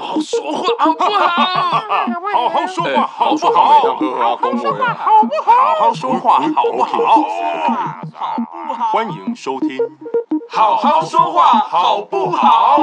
好说话好不好？ 好好说话好不好？ 好好说话好不好？ 好好说话好不好？ 欢迎收听。 好好说话好不好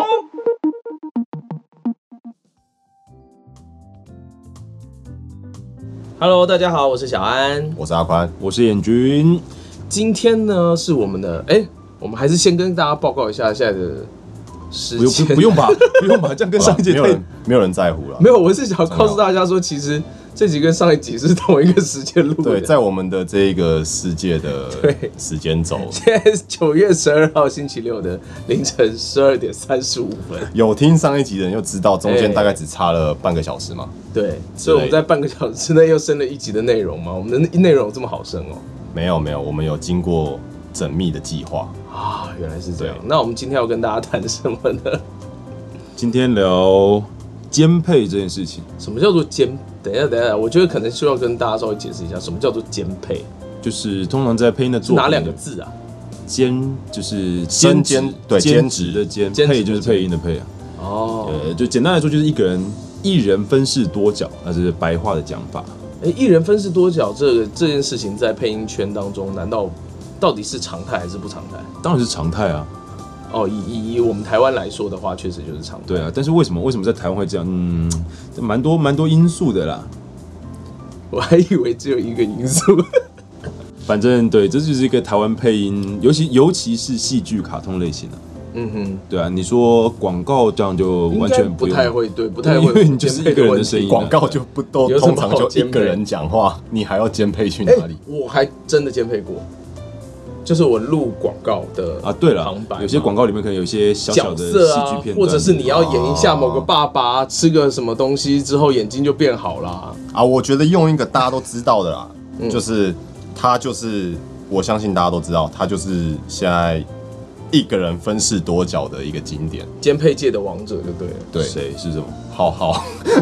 ？Hello， 大家好，我是小安， 我是阿宽， 我是彦君。 今天呢是我们的我们还是先跟大家报告一下现在的时间。 不用吧，不用吧，这样跟上一集没有人在乎了。 没有，我是想告诉大家说，其实这集跟上一集是同一个时间录的。 对，在我们的这个世界的时间轴， 现在是9月12号星期六的凌晨12点35分。 有听上一集的人就知道，中间大概只差了半个小时嘛。 对，所以我们在半个小时内又生了一集的内容嘛。我们的内容有这么好生哦？ 没有，我们有经过缜密的计划啊，原来是这样。那我们今天要跟大家谈什么呢？ 今天聊兼配这件事情。 什么叫做兼？等一下，我觉得可能需要跟大家稍微解释一下，什么叫做兼配？ 就是通常在配音的作品， 哪两个字啊？ 兼就是兼职的兼，配就是配音的配啊。 哦， 就简单来说，就是一人分饰多角，那是白话的讲法。 一人分饰多角这件事情在配音圈当中，难道到底是常态还是不常态？ 当然是常态啊。 哦，以我们台湾来说的话，确实就是常态。 对啊，但是为什么在台湾会这样？蛮多因素的啦。 我还以为只有一个因素。 反正对，这就是一个台湾配音，尤其是戏剧、卡通类型的。 嗯哼， 对啊，你说广告这样就完全不太会，对，不太会， 因为你就是一个人的声音， 广告就不都通常就一个人讲话，你还要兼配去哪里？ 我还真的兼配过。就是我录广告的啊，对了， 旁白， 有些广告里面可能有一些小小的戏剧片段， 或者是你要演一下某个爸爸吃个什么东西之后眼睛就变好啦。 啊，我觉得用一个大家都知道的啦，就是他就是我相信大家都知道，他就是现在一个人分饰多角的一个经典， 兼配界的王者就对了。 对， 谁是什么？ 浩，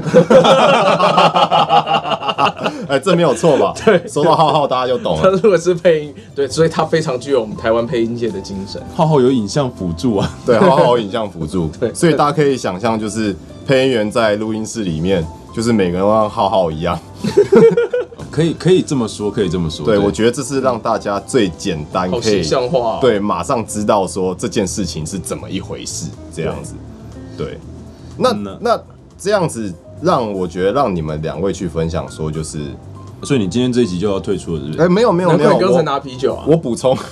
这没有错吧？ 对， 说到浩，大家就懂了。 他如果是配音，对，所以他非常具有我们台湾配音界的精神。 浩有影像辅助啊， 对，浩有影像辅助， 对， 所以大家可以想象，就是配音员在录音室里面，就是每个人都像浩一样。 可以这么说， 对，我觉得这是让大家最简单，可以形象化， 对，马上知道说这件事情是怎么一回事，这样子。对，那这样子让我觉得让你们两位去分享说，就是， 所以你今天这一集就要退出了，是不是？ 没有， 你刚才拿啤酒啊？ 我补充，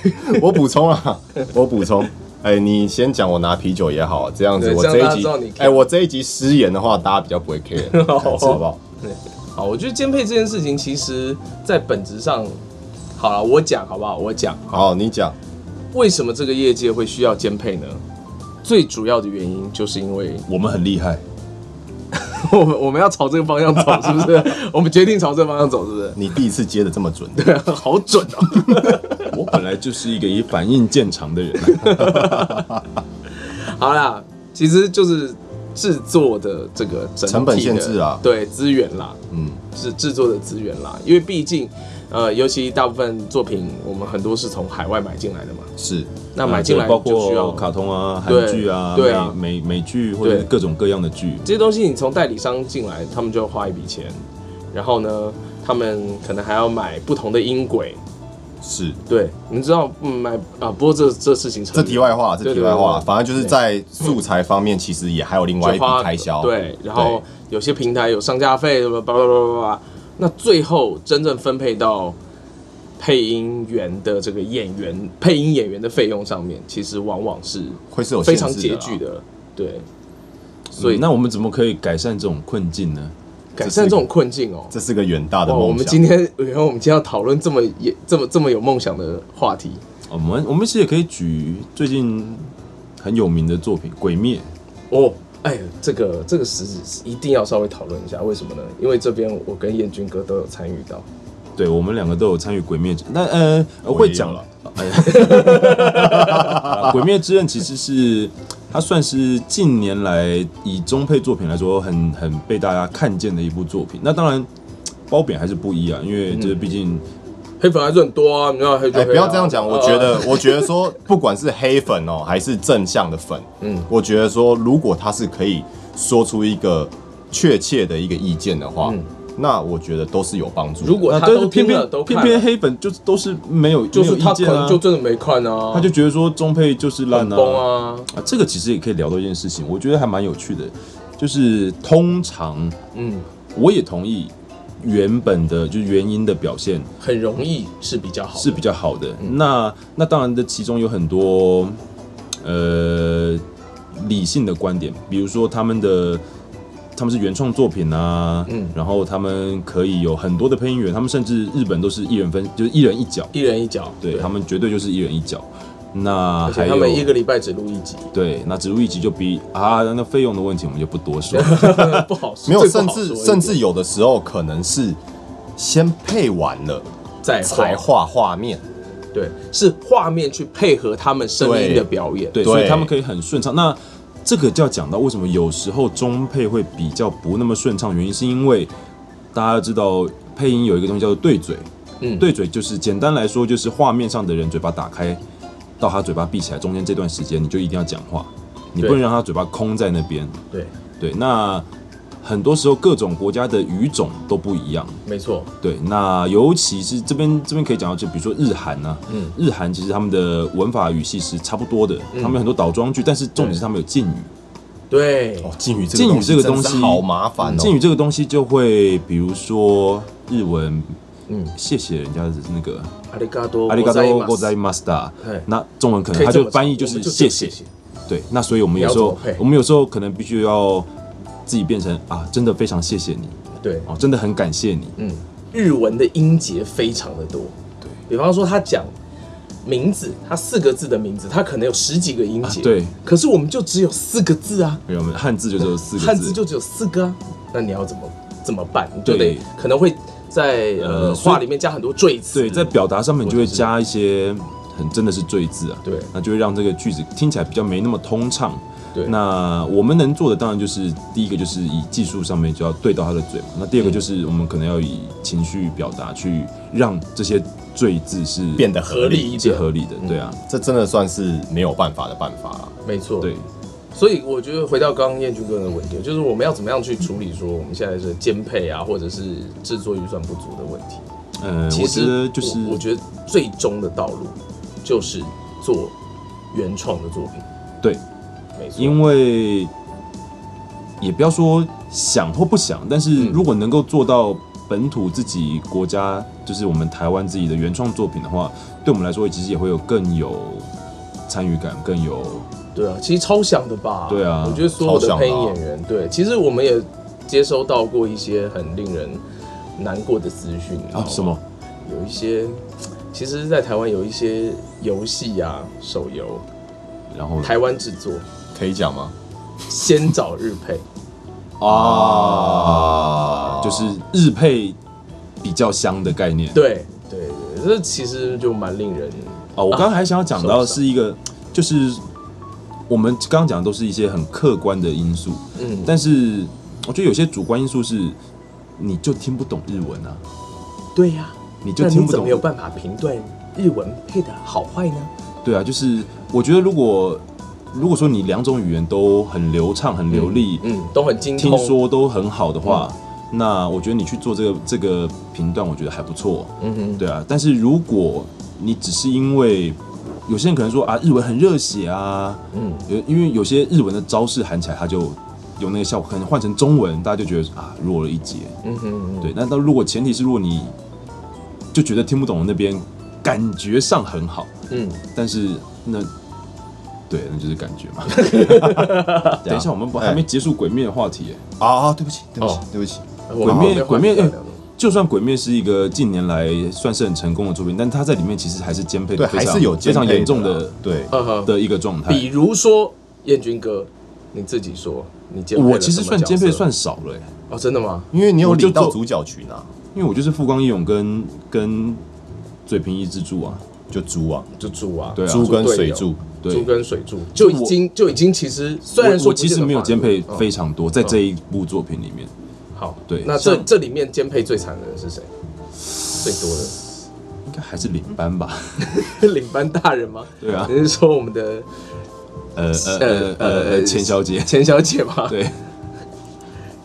我补充。你先讲，我拿啤酒也好，这样子我这一集，我这一集失言的话，大家比较不会 care， 好不好？ 对，好，我觉得兼配这件事情，其实在本质上，好了，我讲好不好？我讲， 好，你讲， 为什么这个业界会需要兼配呢？最主要的原因就是因为我们很厉害。 我们要朝这个方向走，是不是？我们决定朝这个方向走，是不是？ 你第一次接的这么准， 对啊，好准哦！ 我本来就是一个以反应见长的人。 好啦，其实就是制作的这个整体的成本限制啊， 对，资源啦，是制作的资源啦，因为毕竟尤其大部分作品我们很多是从海外买进来的嘛， 是。 那买进来包就需要括卡通啊、韩剧啊、 对啊、 美剧或者各种各样的剧， 这些东西你从代理商进来，他们就要花一笔钱，然后呢，他们可能还要买不同的音轨， 是对，你知道买啊？不过这事情这题外话，反正就是在素材方面，其实也还有另外一笔开销， 对，然后有些平台有上架费，什么叭叭叭叭叭，那最后真正分配到配音员的这个配音演员的费用上面，其实往往是会是有非常拮据的，对。所以那我们怎么可以改善这种困境呢？ 改善这种困境哦， 这是个远大的梦想。 我们今天要讨论这么有梦想的话题。 我们其实也可以举最近很有名的作品《鬼灭》 哦。这个一定要稍微讨论一下，为什么呢？因为这边我跟彦君哥都有参与到。 对，我们两个都有参与《鬼灭》，那会讲了。《鬼灭之刃》其实是它算是近年来以中配作品来说很被大家看见的一部作品。那当然褒贬还是不一啊，因为这毕竟黑粉还是很多啊，你知道黑就黑啊。 不要这样讲，我觉得说，不管是黑粉哦，还是正向的粉，我觉得说，如果他是可以说出一个确切的一个意见的话，那我觉得都是有帮助的。 如果他都听了都看了， 偏黑粉就是都是没有就是他可能啊， 就真的没看啊， 他就觉得说中配就是烂啊， 崩啊。 这个其实也可以聊到一件事情，我觉得还蛮有趣的，就是通常，我也同意。原本的就是原因的表现很容易是比较好的， 是比较好的。那当然的，其中有很多理性的观点，比如说他们是原创作品啊，然后他们可以有很多的配音员，他们甚至日本都是就是一人一角，对他们绝对就是一人一角。那还有他们1个礼拜只录1集， 对，那只录1集就比那费用的问题我们就不多说， 不好说。 没有，甚至有的时候可能是先配完了才画画面， 对，是画面去配合他们声音的表演， 对，所以他们可以很顺畅。那这个就要讲到为什么有时候中配会比较不那么顺畅，原因是因为大家知道配音有一个东西叫做对嘴，对嘴就是简单来说就是画面上的人嘴巴打开。到他嘴巴闭起来，中间这段时间你就一定要讲话，你不能让他嘴巴空在那边。对，那很多时候各种国家的语种都不一样， 没错。 对，那尤其是这边可以讲到，就比如说日韩啊，日韩其实他们的文法语系是差不多的，他们有很多倒装句，但是重点是他们有敬语。 对， 敬语这个东西好麻烦哦。 敬语这个东西就会，比如说日文。谢谢人家的那个阿里嘎多ございました。那中文可能他就翻译就是谢谢。对，那所以我们有时候可能必须要自己变成真的非常谢谢你。 对， 真的很感谢你。 日文的音节非常的多。对，比方说他讲名字，他4个字的名字，他可能有10几个音节。 对， 可是我们就只有4个字啊。 没有，汉字就只有4个字。 汉字就只有4个啊，那你要怎么办？你就得可能会。在话里面加很多赘字， 对，在表达上面你就会加一些真的是赘字啊， 对， 那就会让这个句子听起来比较没那么通畅。 对， 那我们能做的当然就是第一个就是以技术上面就要对到他的嘴嘛，那第二个就是我们可能要以情绪表达去让这些赘字是变得合理一点， 合理的，对啊， 这真的算是没有办法的办法了， 没错， 对。 所以我觉得回到刚刚彦均哥的问题，就是我们要怎么样去处理说我们现在是兼配啊，或者是制作预算不足的问题。其实我觉得最终的道路就是做原创的作品。 对， 没错。 因为也不要说想或不想，但是如果能够做到本土自己国家，就是我们台湾自己的原创作品的话，对我们来说其实也会更有参与感，更有。 对啊，其实超想的吧？ 对啊， 我觉得所有的配音演员，对，其实我们也接收到过一些很令人难过的资讯什么？ 有一些，其实，在台湾有一些游戏啊、手游， 然后台湾制作， 可以讲吗？ 先找日配就是日配比较香的概念。 对，这其实就蛮令人我刚刚还想要讲到的是一个，就是我们刚刚讲的都是一些很客观的因素，但是我觉得有些主观因素是你就听不懂日文啊。 对呀， 你就听不懂， 那你怎么有办法评断日文配的好坏呢？ 对啊，就是我觉得如果说你2种语言都很流畅、很流利， 都很精通， 听说都很好的话，那我觉得你去做这个评断，我觉得还不错。对啊。但是如果你只是因为有些人可能说日文很热血啊，因为有些日文的招式喊起来它就有那个效果，可能换成中文大家就觉得弱了一截。对。那如果前提是如果你就觉得听不懂的那边感觉上很好，但是那就是感觉嘛。等一下，我们还没结束鬼灭的话题对不起， 鬼灭。就算《鬼灭》是一个近年来算是很成功的作品，但它在里面其实还是兼配的非常严重的的一个状态。 比如说彦均哥，你自己说你兼配了什么角色？ 我其实算兼配算少了真的吗？ 因为你有领到主角群啊。 因为我就是富冈义勇跟嘴平一之助啊， 就猪啊， 对啊， 猪跟水柱， 猪跟水柱就已经其实虽然说我其实没有兼配非常多，在这一部作品里面。 好， 对， 那这里面兼配最惨的人是谁？最多的应该还是领班吧？ 领班大人吗？ 对啊， 你是说我们的钱小姐？ 钱小姐吗？ 对，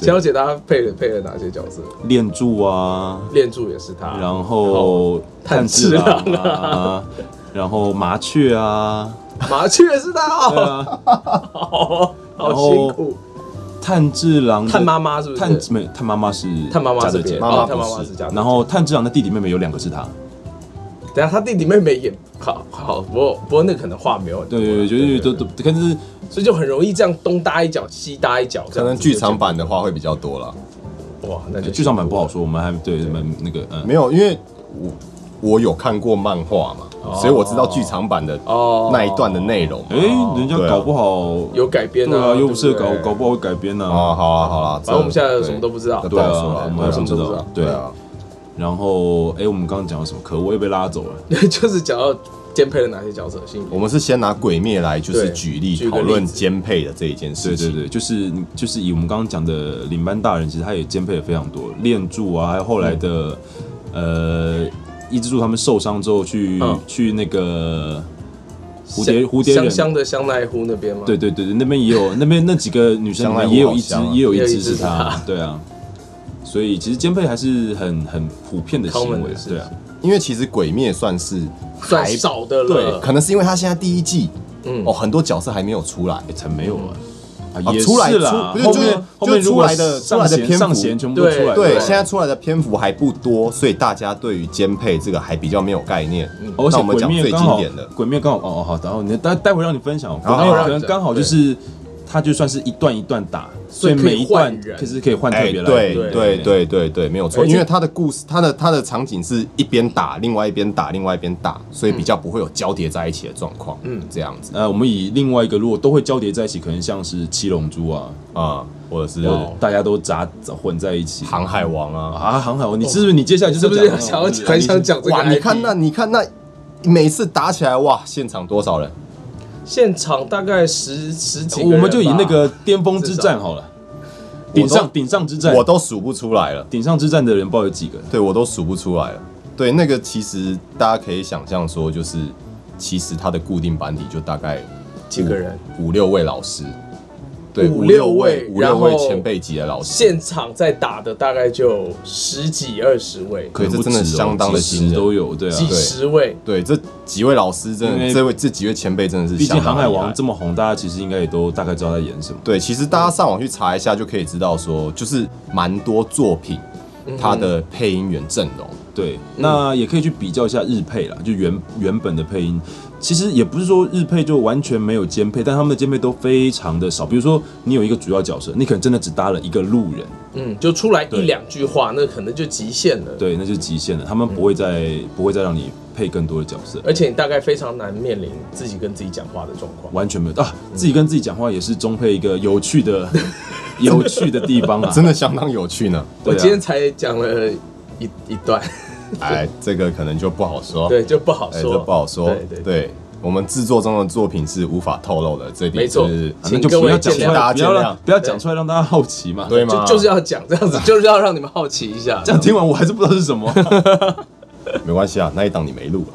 千小姐她配了哪些角色？ 炼柱啊， 炼柱也是她， 然后炭治郎啊，然后麻雀啊， 麻雀是她对哦， 啊， 好辛苦。 炭治郎炭妈妈是不是？ 炭妈妈是炭妈妈是加德姐， 炭妈妈是加德姐。 然后炭治郎的弟弟妹妹有2个是他。 等下他弟弟妹妹也好，不过那可能话没有很多。 对，就是都，可是所以就很容易这样东搭一脚西搭一脚。 可能剧场版的话会比较多啦。 哇，那就剧场版不好说，我们还对那个没有，因为我有看过漫画嘛，所以我知道剧场版的那一段的内容。 人家搞不好有改编对啊，又不是对搞不好会改编呢。 哦，好啦， 反正我们现在什么都不知道。 对啊， 我我们什么都不知道。对啊。 然后，我们刚刚讲了什么？可我也被拉走了。 就是讲到兼配了哪些角色？ 我们是先拿鬼灭来就是举例举个例子讨论兼配的这一件事情。 对，就是以我们刚刚讲的领班大人，其实他也兼配了非常多炼柱啊，还有后来的伊之助他们受伤之后去那个蝴蝶人香的香奈乎那边吗？ 对，那边也有那几个女生里面也有一只是他，对啊。所以其实兼配还是很普遍的行为，对啊。 因为其实鬼灭算少的了， 对，可能是因为他现在第一季，很多角色还没有出来， 才没有啊，也出来是啦。后面出来的篇幅上弦全部都出来， 对，现在出来的篇幅还不多，所以大家对于兼配这个还比较没有概念。 而且我们讲最经典的鬼灭刚好好，然后你待会让你分享，可能刚好就是。它就算是一段一段打，所以每一段可以换特别来。 对，没有错。因为它的故事，它的场景是一边打，另外一边打，另外一边打，所以比较不会有交叠在一起的状况。这样子。 我们以另外一个，如果都会交叠在一起，可能像是七龙珠或者是大家都混在一起， 航海王航海王，你是不是你接下来就是很想讲这个？ 哇，你看那每次打起来，哇，现场多少人？ 现场大概十几个人， 我们就以那个巅峰之战好了，顶上之战， 我都数不出来了。 顶上之战的人不知道有几个？ 对，我都数不出来了。对，那个其实大家可以想象说，就是其实他的固定班底就大概几个人 ，5、6位老师。对 ，5、6位前辈级的老师， 现场在打的大概就10几20位， 可是真的相当的惊人， 都有，对啊， 几十位， 对，这几位老师真的，这几位前辈真的是， 毕竟航海王这么红，大家其实应该也都大概知道在演什么。 对，其实大家上网去查一下就可以知道说，就是蛮多作品它的配音员阵容。 对，那也可以去比较一下日配啦，就原本的配音。其实也不是说日配就完全没有兼配，但他们的兼配都非常的少。比如说你有一个主要角色，你可能真的只搭了一个路人， 就出来1、2句话，那可能就极限了。 对，那就极限了。他们不会再让你配更多的角色， 而且你大概非常难面临自己跟自己讲话的状况， 完全没有啊。自己跟自己讲话也是中配一个有趣的地方啊， 真的相当有趣呢。 我今天才讲了一段。 这个可能就不好说， 对，就不好说， 这不好说， 对， 我们制作中的作品是无法透露的，这点是， 请各位见谅，不要讲出来让大家好奇嘛， 对吗？ 就是要讲这样子，就是要让你们好奇一下。 这样听完我还是不知道是什么， 没关系啊，那一档你没录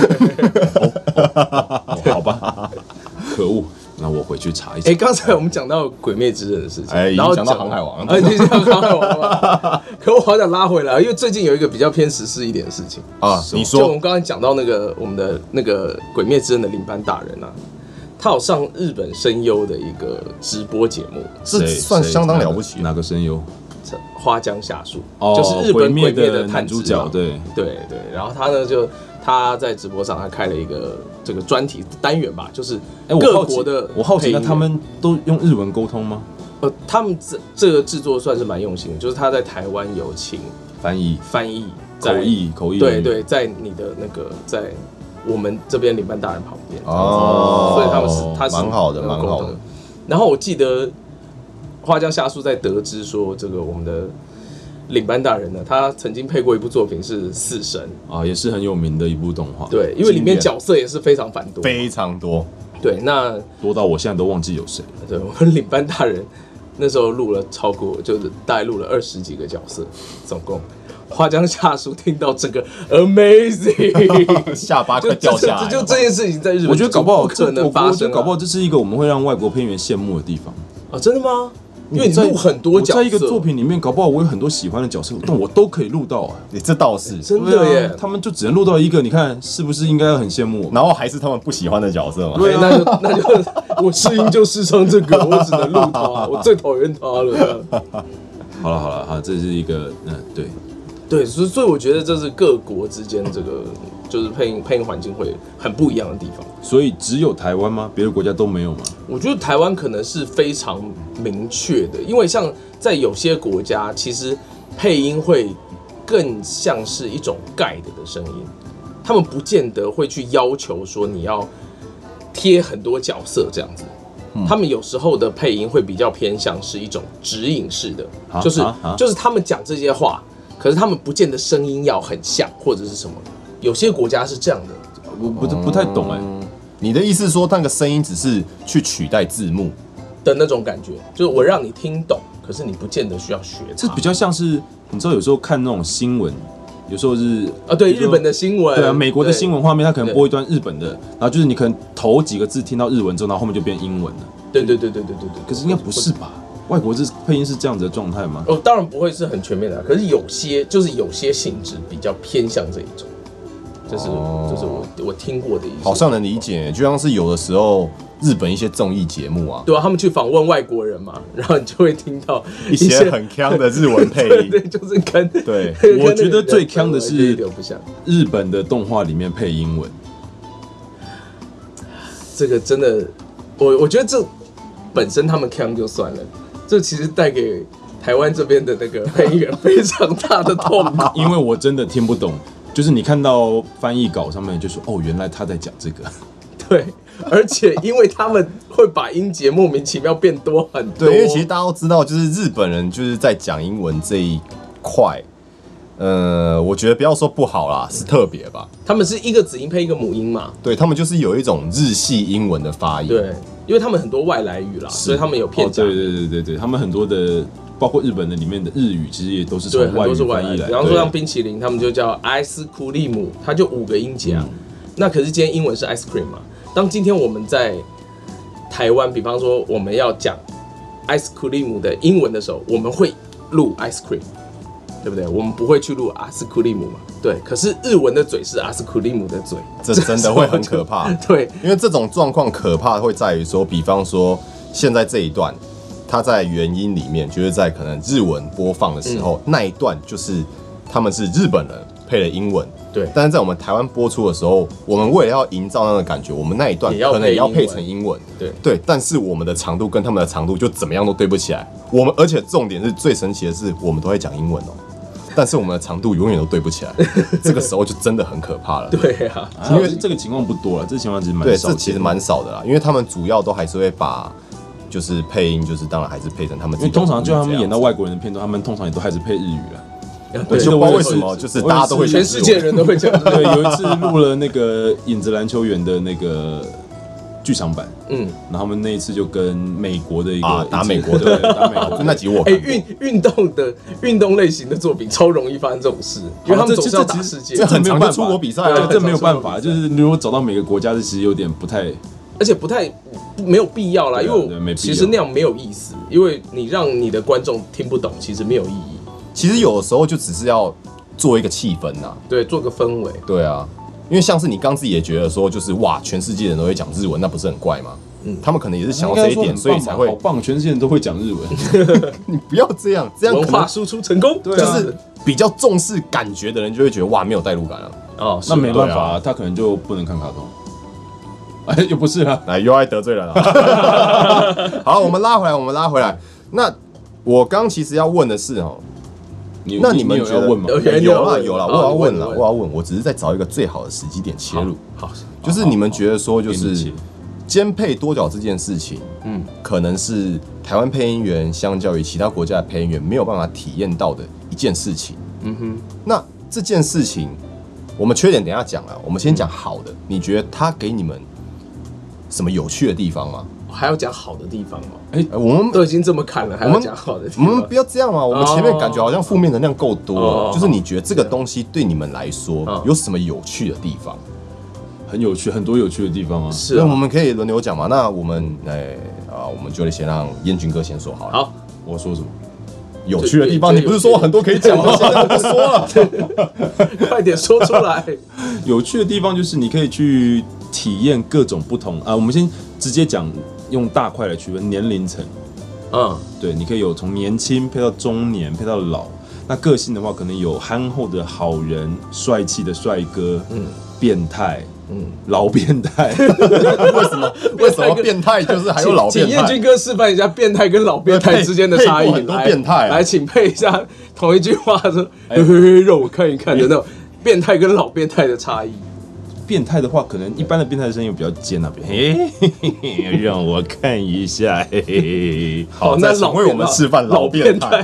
了， 好吧，可恶。那我回去查一下。 刚才我们讲到《鬼灭之刃》的事情， 然后讲到《航海王》， 你讲航海王吗？可我好想拉回来，因为最近有一个比较偏时事一点的事情啊。你说， 就我们刚才讲到我们的那个《鬼灭之刃》的领班大人啊，他有上日本声优的一个直播节目， 这算相当了不起。 哪个声优？ 花江夏树，就是日本《鬼灭》的男主角。对， 然后他在直播上他开了一个这个专题单元吧，就是各国的。 我好奇，那他们都用日文沟通吗？ 他们这个制作算是蛮用心的，就是他在台湾有请翻译口译， 对，在你的那个在我们这边领班大人旁边所以他是蛮好的。 然后我记得花江夏树在得知说这个我们的领班大人呢，他曾经配过一部作品是《死神》 也是很有名的一部动画。 对，因为里面角色也是非常繁多， 非常多。 对，那多到我现在都忘记有谁。 对，我们领班大人那时候录了就是大概录了20几个角色，总共。花江夏树听到这个 amazing， 下巴快掉下来。 就这件事情在日本， 我觉得搞不好可能发生。 我觉得搞不好这是一个我们会让外国配音员羡慕的地方。 真的吗？ 因为你录很多角色， 我在一个作品里面，搞不好我有很多喜欢的角色，但我都可以录到啊。 这倒是真的耶。 他们就只能录到一个，你看是不是应该很羡慕我？ 然后还是他们不喜欢的角色嘛？ 对，那就我试音就试上这个，我只能录他，我最讨厌他了。 好了，这是一个对，所以我觉得这是各国之间这个就是配音环境会很不一样的地方。 所以只有台湾吗？别的国家都没有吗？ 我觉得台湾可能是非常明确的，因为像在有些国家，其实配音会更像是一种 guide 的声音，他们不见得会去要求说你要贴很多角色这样子。他们有时候的配音会比较偏向是一种指引式的，就是他们讲这些话，可是他们不见得声音要很像或者是什么。有些国家是这样的， 我不太懂你的意思说那个声音只是去取代字幕的那种感觉，就是我让你听懂，可是你不见得需要学它。 这比较像是你知道有时候看那种新闻。有时候是对日本的新闻， 对啊，美国的新闻画面，它可能播一段日本的，然后就是你可能头几个字听到日文之后，然后后面就变英文了。 对。 可是应该不是吧？外国配音是这样子的状态吗？ 当然不会是很全面的，可是有些性质比较偏向这一种，就是我听过的一些， 好像能理解，就像是有的时候日本一些综艺节目啊， 对啊，他们去访问外国人嘛，然后你就会听到一些很强的日文配音， 对，就是跟对， 我觉得最强的是不像日本的动画里面配英文， 这个真的，我觉得这本身他们强就算了，这其实带给台湾这边的那个配音员非常大的痛苦， 因为我真的听不懂，就是你看到翻译稿上面就说哦，原来他在讲这个， 对。而且因为他们会把音节莫名其妙变多很多， 对，因为其实大家都知道，就是日本人就是在讲英文这一块，我觉得不要说不好啦，是特别吧。 他们是一个子音配一个母音嘛， 对他们就是有一种日系英文的发音， 对，因为他们很多外来语啦，所以他们有片假。 对，他们很多的，包括日本的里面的日语，其实也都是从外语翻译来。 比方说像冰淇淋，他们就叫 ice cream， 它就5个音节啊。那可是今天英文是 ice cream 嘛？当今天我们在台湾，比方说我们要讲 ice cream 的英文的时候，我们会录 ice cream， 对不对？我们不会去录 ice cream 嘛？对。可是日文的嘴是 ice cream 的嘴， 这真的会很可怕。 对， 因为这种状况可怕会在于说，比方说现在这一段，它在原音里面，就是在可能日文播放的时候，那一段就是他们是日本人配了英文。 对， 但是在我们台湾播出的时候，我们为了要营造那个感觉，我们那一段可能也要配成英文。对，但是我们的长度跟他们的长度就怎么样都对不起来。而且重点是最神奇的是，我们都在讲英文哦，但是我们的长度永远都对不起来。这个时候就真的很可怕了。 对啊， 因为这个情况不多了，这情况其实蛮少。 对，这其实蛮少的啦，因为他们主要都还是会把就是配音，就是当然还是配成他们自己。 因为通常就他们演到外国人的片段，他们通常也都还是配日语了。 我就不知道为什么，就是大家都会全世界人都会讲。 对，有一次录了那个《影子篮球员》的那个剧场版，然后他们那一次就跟美国的一个打美国的，打美国那集我运动类型的作品超容易发生这种事，因为他们总是要打世界， 这很常就出国比赛啊， 这没有办法，就是如果找到每个国家，这其实有点不太， 而且没有必要啦，因为其实那样没有意思，因为你让你的观众听不懂，其实没有意义。 其实有的时候就只是要做一个气氛呐， 对，做个氛围。 对啊，因为像是你刚自己也觉得说，就是哇，全世界人都会讲日文，那不是很怪吗？他们可能也是想到这一点，所以才会好棒，全世界人都会讲日文。 你不要这样文化输出成功， 就是比较重视感觉的人就会觉得哇，没有代入感了。 哦， 那没办法，他可能就不能看卡通。哎，又不是啦， 又爱得罪人了。好，我们拉回来。那我刚其实要问的是哦。那你们觉得问吗？ 有啦，我要问，我只是在找一个最好的时机点切入。 好， 就是你们觉得说，就是兼配多角这件事情，可能是台湾配音员相较于其他国家的配音员没有办法体验到的一件事情。那这件事情，我们缺点等一下讲了，我们先讲好的。你觉得它给你们什么有趣的地方吗？ 还要讲好的地方吗？ 我们都已经这么看了，还要讲好的地方？ 我们不要这样嘛！我们前面感觉好像负面能量够多，就是你觉得这个东西对你们来说有什么有趣的地方？ 很有趣，很多有趣的地方啊！ 是， 那我们可以轮流讲嘛。那我们我们就先让燕军哥先说好了。 好， 我说什么？ 有趣的地方，你不是说很多可以讲吗？现在我不说了， 快点说出来。 有趣的地方就是你可以去体验各种不同啊。我们先直接讲，用大块来区分年龄层。对，你可以有从年轻配到中年，配到老。那个性的话，可能有憨厚的好人、帅气的帅哥，变态。老变态， 为什么变态就是还有老变态？ 请彦君哥示范一下变态跟老变态之间的差异。 很多变态， 来，请配一下同一句话说，让我看一看的那种变态跟老变态的差异。 变态的话，可能一般的变态的声音比较尖啊，让我看一下， 好，那请为我们示范老变态。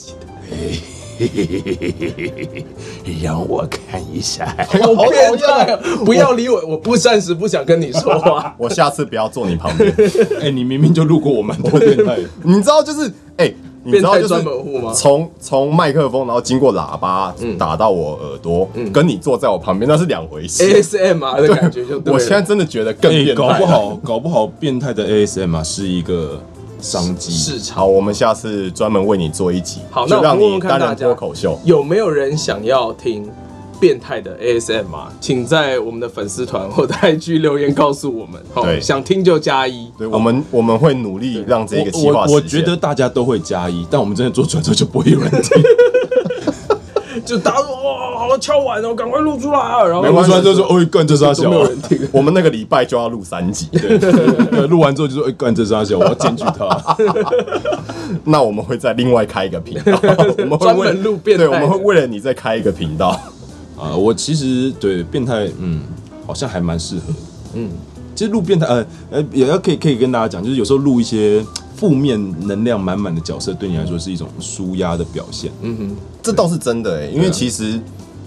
让我看一下， 好变态！不要理我，我不暂时不想跟你说话。 我下次不要坐你旁边。 你明明就路过我蛮多变态， 你知道就是你知道就是专门户吗？ 从麦克风，然后经过喇叭打到我耳朵，跟你坐在我旁边那是两回事。 ASMR 的感觉就对了。 我现在真的觉得更变态， 搞不好变态的 ASMR 是一个商机市场。 好，我们下次专门为你做一集， 好，那就让我问问你担任看大家脱口秀。 有没有人想要听变态的 ASMR？ 请在我们的粉丝团或者 IG 留言告诉我们。 对， 想听就加1。 对，我们会努力让这个计划实现。 我觉得大家都会加1，但我们真的做出来之后就不会有人听。 就大家说哇，好敲完了，赶快录出来啊！然后没关系， 就说干这傻小， 没有人听。 我们那个礼拜就要录3集， 对，录完之后就说干这傻小，我要检举他。 那我们会再另外开一个频道，我们会专门录变态。 对，我们会为了你再开一个频道。 我其实对变态，好像还蛮适合的。其实录变态，也要可以跟大家讲，就是有时候录一些负面能量满满的角色，对你来说是一种抒压的表现。 这倒是真的因为其实，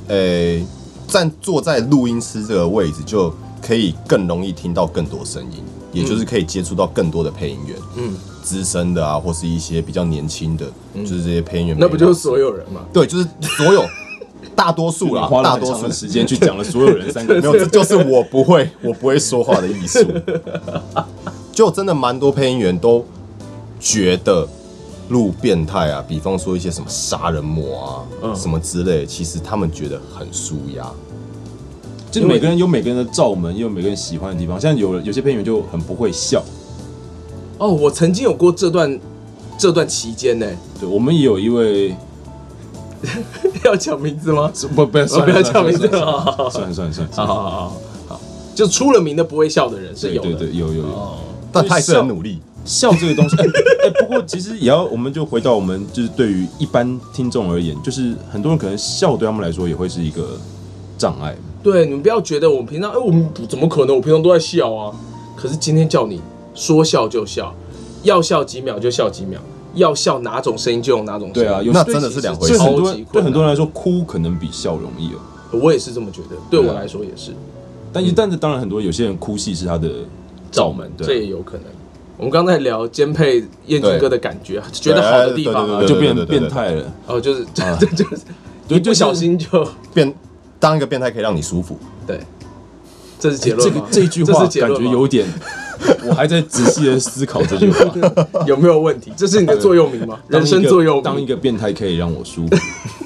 坐在录音师这个位置，就可以更容易听到更多声音，也就是可以接触到更多的配音员，资深的啊，或是一些比较年轻的，就是这些配音员。 那不就是所有人吗？ 对，就是所有。大多数啦， 花了很长的时间去讲了所有人3个没有，这就是我不会说话的艺术。就真的蛮多配音员都觉得录变态啊，比方说一些什么杀人魔啊，什么之类的，其实他们觉得很舒压。 就是每个人有每个人的罩门，也有每个人喜欢的地方。像有些配音员就很不会笑。 我曾经有过这段期间呢。 对，我们也有一位。 要讲名字吗？ 不要讲名字。 算。 好，就出了名的不会笑的人是有的。 对，有。 但他还是很努力。 笑这个东西，不过其实也要，我们就回到我们就是对于一般听众而言，就是很多人可能笑对他们来说也会是一个障碍。 对，你们不要觉得我们平常，我们怎么可能？我平常都在笑啊。可是今天叫你说笑就笑，要笑几秒就笑几秒。要笑哪种声音就用哪种声音。 对啊， 那真的是两回事。 对很多人来说，哭可能比笑容易我也是这么觉得，对我来说也是。 但是当然，很多有些人哭戏是他的罩门， 这也有可能。我们刚才聊兼配彦君哥的感觉，觉得好的地方就变成变态了。 就是一不小心就当一个变态可以让你舒服。 对，这是结论吗？ 这句话感觉有点。我还在仔细的思考这句话有没有问题？这是你的座右铭吗？人生座右铭。 当一个变态可以让我舒服。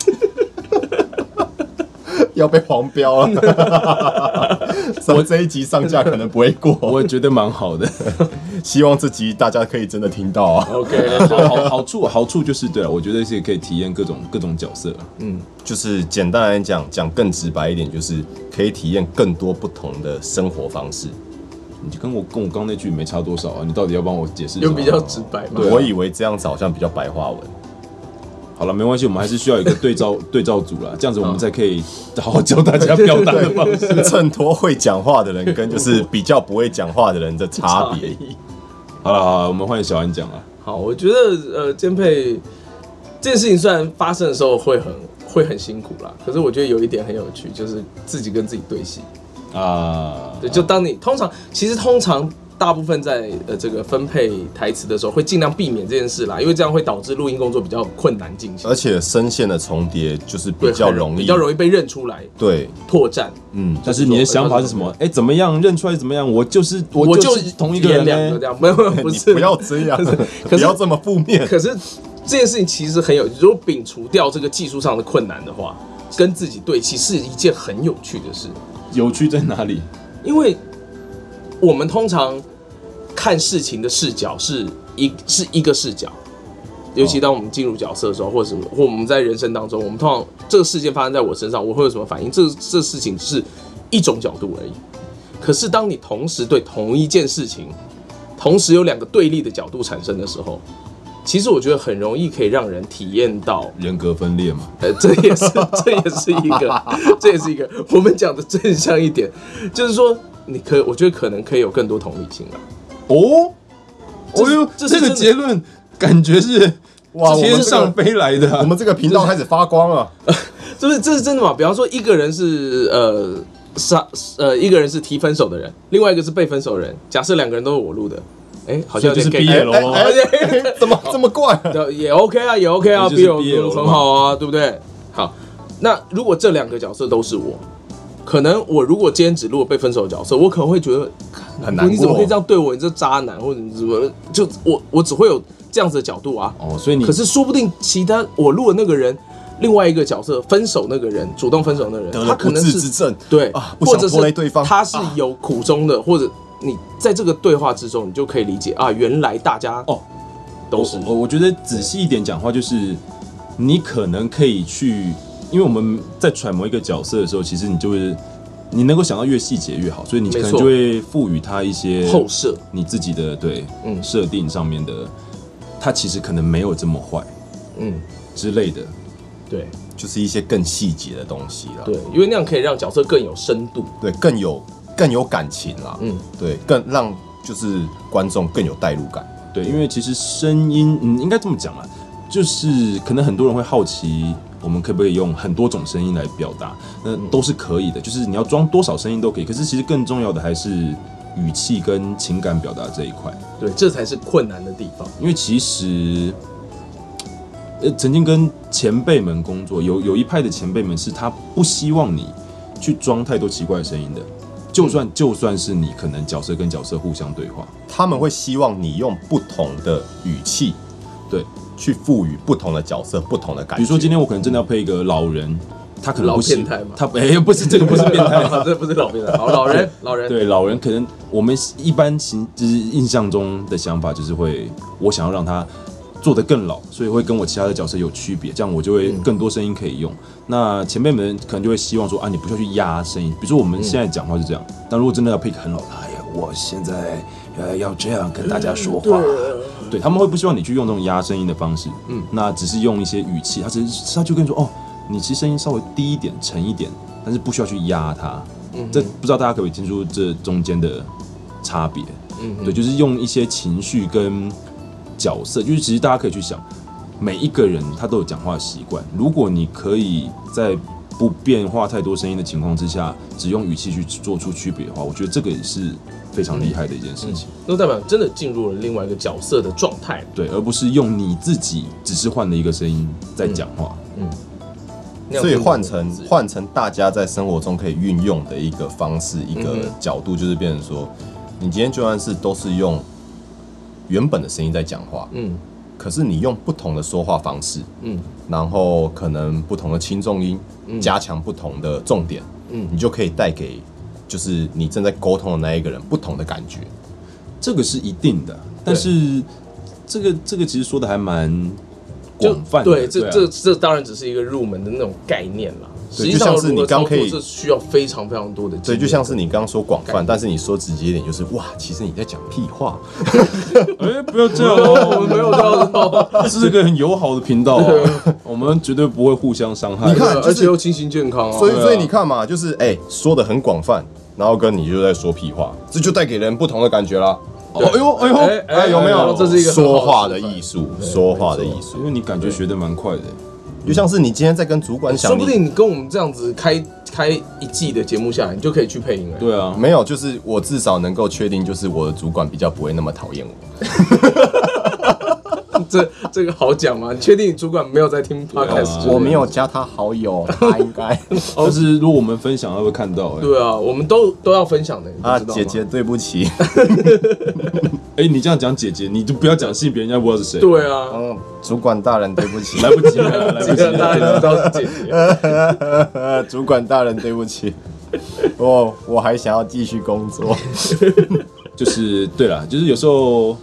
要被黄标了。我这一集上架可能不会过。 我也觉得蛮好的。 希望这集大家可以真的听到啊。 OK， 好处就是对了，我觉得是可以体验各种角色。 就是简单来讲更直白一点，就是可以体验更多不同的生活方式。 你跟我刚那句没差多少啊！你到底要帮我解释？ 有比较直白吗？ 我以为这样子好像比较白话文。 好了，没关系，我们还是需要一个对照组啦，这样子我们才可以好好教大家表达的方式， 衬托会讲话的人跟就是比较不会讲话的人的差别。 好了，我们换小安讲啊。 好，我觉得兼配这件事情虽然发生的时候会很辛苦啦，可是我觉得有一点很有趣，就是自己跟自己对戏。对，就当你通常大部分在这个分配台词的时候，会尽量避免这件事啦，因为这样会导致录音工作比较困难进行， 而且声线的重叠就是比较容易被认出来， 对， 破绽。 但是你的想法是什么？怎么样认出来怎么样？我就是同一个人这样，不是， 你不要这样，不要这么负面。 可是这件事情其实很有，如果摒除掉这个技术上的困难的话，跟自己对齐是一件很有趣的事。 有趣在哪里？ 因为我们通常看事情的视角是一个视角，尤其当我们进入角色的时候，或我们在人生当中，我们通常这个事件发生在我身上，我会有什么反应？这事情是一种角度而已。可是当你同时对同一件事情，同时有两个对立的角度产生的时候，其实我觉得很容易可以让人体验到人格分裂嘛。 这也是一个我们讲的正向一点，就是说我觉得可能可以有更多同理心了。 哦哟，这个结论感觉是天上飞来的。 我们这个频道开始发光了， 这是真的吗？比方说一个人是一个人是提分手的人，另外一个是被分手的人。假设两个人都是我录的，好像有点 BL 怎么这么怪？ 也 OK 啊，也 OK 啊，BL 很好啊，对不对？好，那如果这两个角色都是我，可能我如果今天只录了被分手的角色，我可能会觉得很难过， 你怎么可以这样对我？你这渣男，或者你怎么就我只会有这样子的角度啊。 所以可是说不定其他我录的那个人。另外一个角色分手那个人，主动分手那个人，他可能是不治之症， 对啊，不想拖累对方， 他是有苦衷的，或者你在这个对话之中，你就可以理解啊，原来大家都是。 我觉得仔细一点讲话，就是你可能可以去，因为我们在揣摩一个角色的时候，其实你能够想到越细节越好，所以你可能就会赋予他一些后设， 你自己的设定上面的，他其实可能没有这么坏，之类的。 对， 就是一些更细节的东西啦。 对，因为那样可以让角色更有深度， 对，更有感情啦。对，更让就是观众更有代入感。 对，因为其实声音，应该这么讲啦，就是可能很多人会好奇，我们可不可以用很多种声音来表达？那都是可以的，就是你要装多少声音都可以。可是其实更重要的还是语气跟情感表达这一块。 对，这才是困难的地方。 因为其实。曾经跟前辈们工作，有一派的前辈们是他不希望你去装太多奇怪的声音的，就算是你可能角色跟角色互相对话，他们会希望你用不同的语气， 对， 去赋予不同的角色不同的感觉。 比如说今天我可能真的要配一个老人，他可能不变态吗？ 他不是这个不是变态， 这不是老变态，好老人对老人可能我们一般就是印象中的想法就是我想要让他。做得更老，所以会跟我其他的角色有区别，这样我就会更多声音可以用。那前辈们可能就会希望说你不需要去压声音，比如说我们现在讲话是这样，但如果真的要配一个很老，我现在要这样跟大家说话，对他们会不希望你去用这种压声音的方式，那只是用一些语气，他就跟你说你其实声音稍微低一点、沉一点，但是不需要去压它。这不知道大家可不可以听出这中间的差别？对，就是用一些情绪跟。角色就是，其实大家可以去想，每一个人他都有讲话的习惯。如果你可以在不变化太多声音的情况之下，只用语气去做出区别的话，我觉得这个也是非常厉害的一件事情。 那代表真的进入了另外一个角色的状态， 对，而不是用你自己只是换了一个声音在讲话。 所以换成大家在生活中可以运用的一个方式，一个角度，就是变成说，你今天就算是都是用。原本的声音在讲话，可是你用不同的说话方式，然后可能不同的轻重音，加强不同的重点，你就可以带给就是你正在沟通的那一个人不同的感觉， 这个是一定的。但是这个其实说的还蛮广泛的， 对，这当然只是一个入门的那种概念啦。实际上，如何操作这需要非常非常多的。 对，就像是你刚刚说广泛，但是你说直接一点，就是哇，其实你在讲屁话。 不要这样哦， 我们没有这样子， 这是个很友好的频道，我们绝对不会互相伤害。 你看， 而且又清新健康啊。 所以你看嘛，就是说的很广泛，然后跟你就在说屁话，这就带给人不同的感觉啦。有没有？ 这是一个说话的艺术，说话的艺术， 因为你感觉学得蛮快的。 就像是你今天在跟主管讲， 说不定你跟我们这样子开一季的节目下来，你就可以去配音了。 对啊， 没有，就是我至少能够确定，就是我的主管比较不会那么讨厌我。 这个好讲吗？你确定你主管没有在听 podcast？ 我没有加他好友，他应该。 但是如果我们分享，他会看到。 对啊，我们都要分享的。 啊，姐姐，对不起。 你这样讲姐姐，你就不要讲性别，人家不知道是谁。 对啊， 主管大人，对不起， 来不及了，来不及了， 大家知道是姐姐。 主管大人，对不起。我还想要继续工作。 就是对啦，就是有时候，